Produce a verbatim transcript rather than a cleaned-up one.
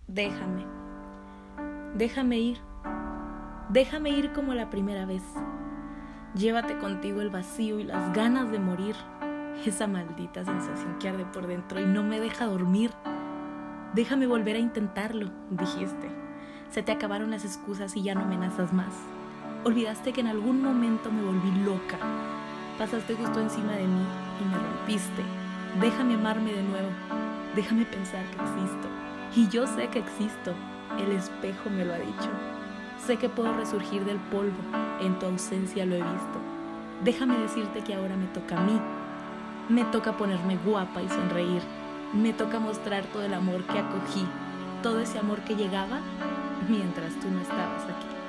Déjame, déjame ir, déjame ir como la primera vez. Llévate contigo el vacío y las ganas de morir, esa maldita sensación que arde por dentro y no me deja dormir. Déjame volver a intentarlo, dijiste. Se te acabaron las excusas y ya no amenazas más. Olvidaste que en algún momento me volví loca. Pasaste justo encima de mí y me rompiste. Déjame amarme de nuevo. Déjame pensar que existo. Y yo sé que existo. El espejo me lo ha dicho. Sé que puedo resurgir del polvo. En tu ausencia lo he visto. Déjame decirte que ahora me toca a mí. Me toca ponerme guapa y sonreír. Me toca mostrar todo el amor que acogí. Todo ese amor que llegaba mientras tú no estabas aquí.